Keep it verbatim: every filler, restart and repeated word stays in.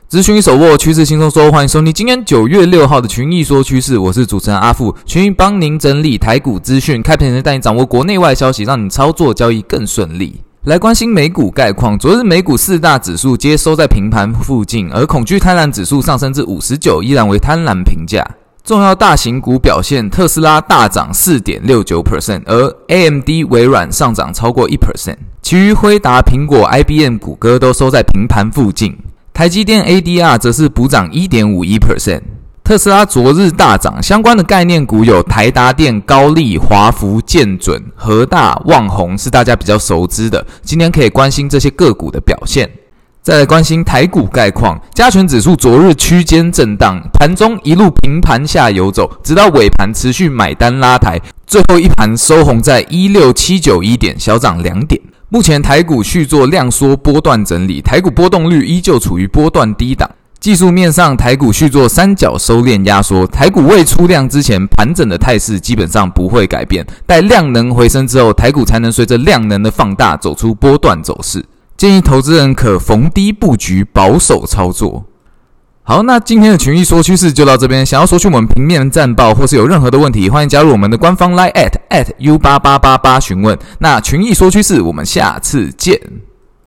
资讯一手握，趋势轻松说，欢迎收听今天九月六号的群益说趋势，我是主持人阿富，群益帮您整理台股资讯，开盘前带你掌握国内外消息，让你操作交易更顺利。来关心美股概况，昨日美股四大指数皆收在平盘附近，而恐惧贪婪指数上升至五十九，依然为贪婪评价。重要大型股表现，特斯拉大涨 百分之四点六九， 而 A M D 微软上涨超过 百分之一， 其余辉达、苹果、I B M、谷歌都收在平盘附近。台积电 A D R 则是补涨 百分之一点五一， 特斯拉昨日大涨，相关的概念股有台达电、高力、华孚、建准、和大、旺宏是大家比较熟知的，今天可以关心这些个股的表现。再来关心台股概况，加权指数昨日区间震荡，盘中一路平盘下游走，直到尾盘持续买单拉抬，最后一盘收红在一六七九一点，小涨两点。目前台股续作量缩波段整理，台股波动率依旧处于波段低档。技术面上，台股续作三角收敛压缩，台股未出量之前盘整的态势基本上不会改变，待量能回升之后，台股才能随着量能的放大走出波段走势。建议投资人可逢低布局，保守操作。好，那今天的群益说趋势就到这边。想要索取我们平面战报或是有任何的问题，欢迎加入我们的官方 LINE at at u 八八八八 询问。那群益说趋势，我们下次见。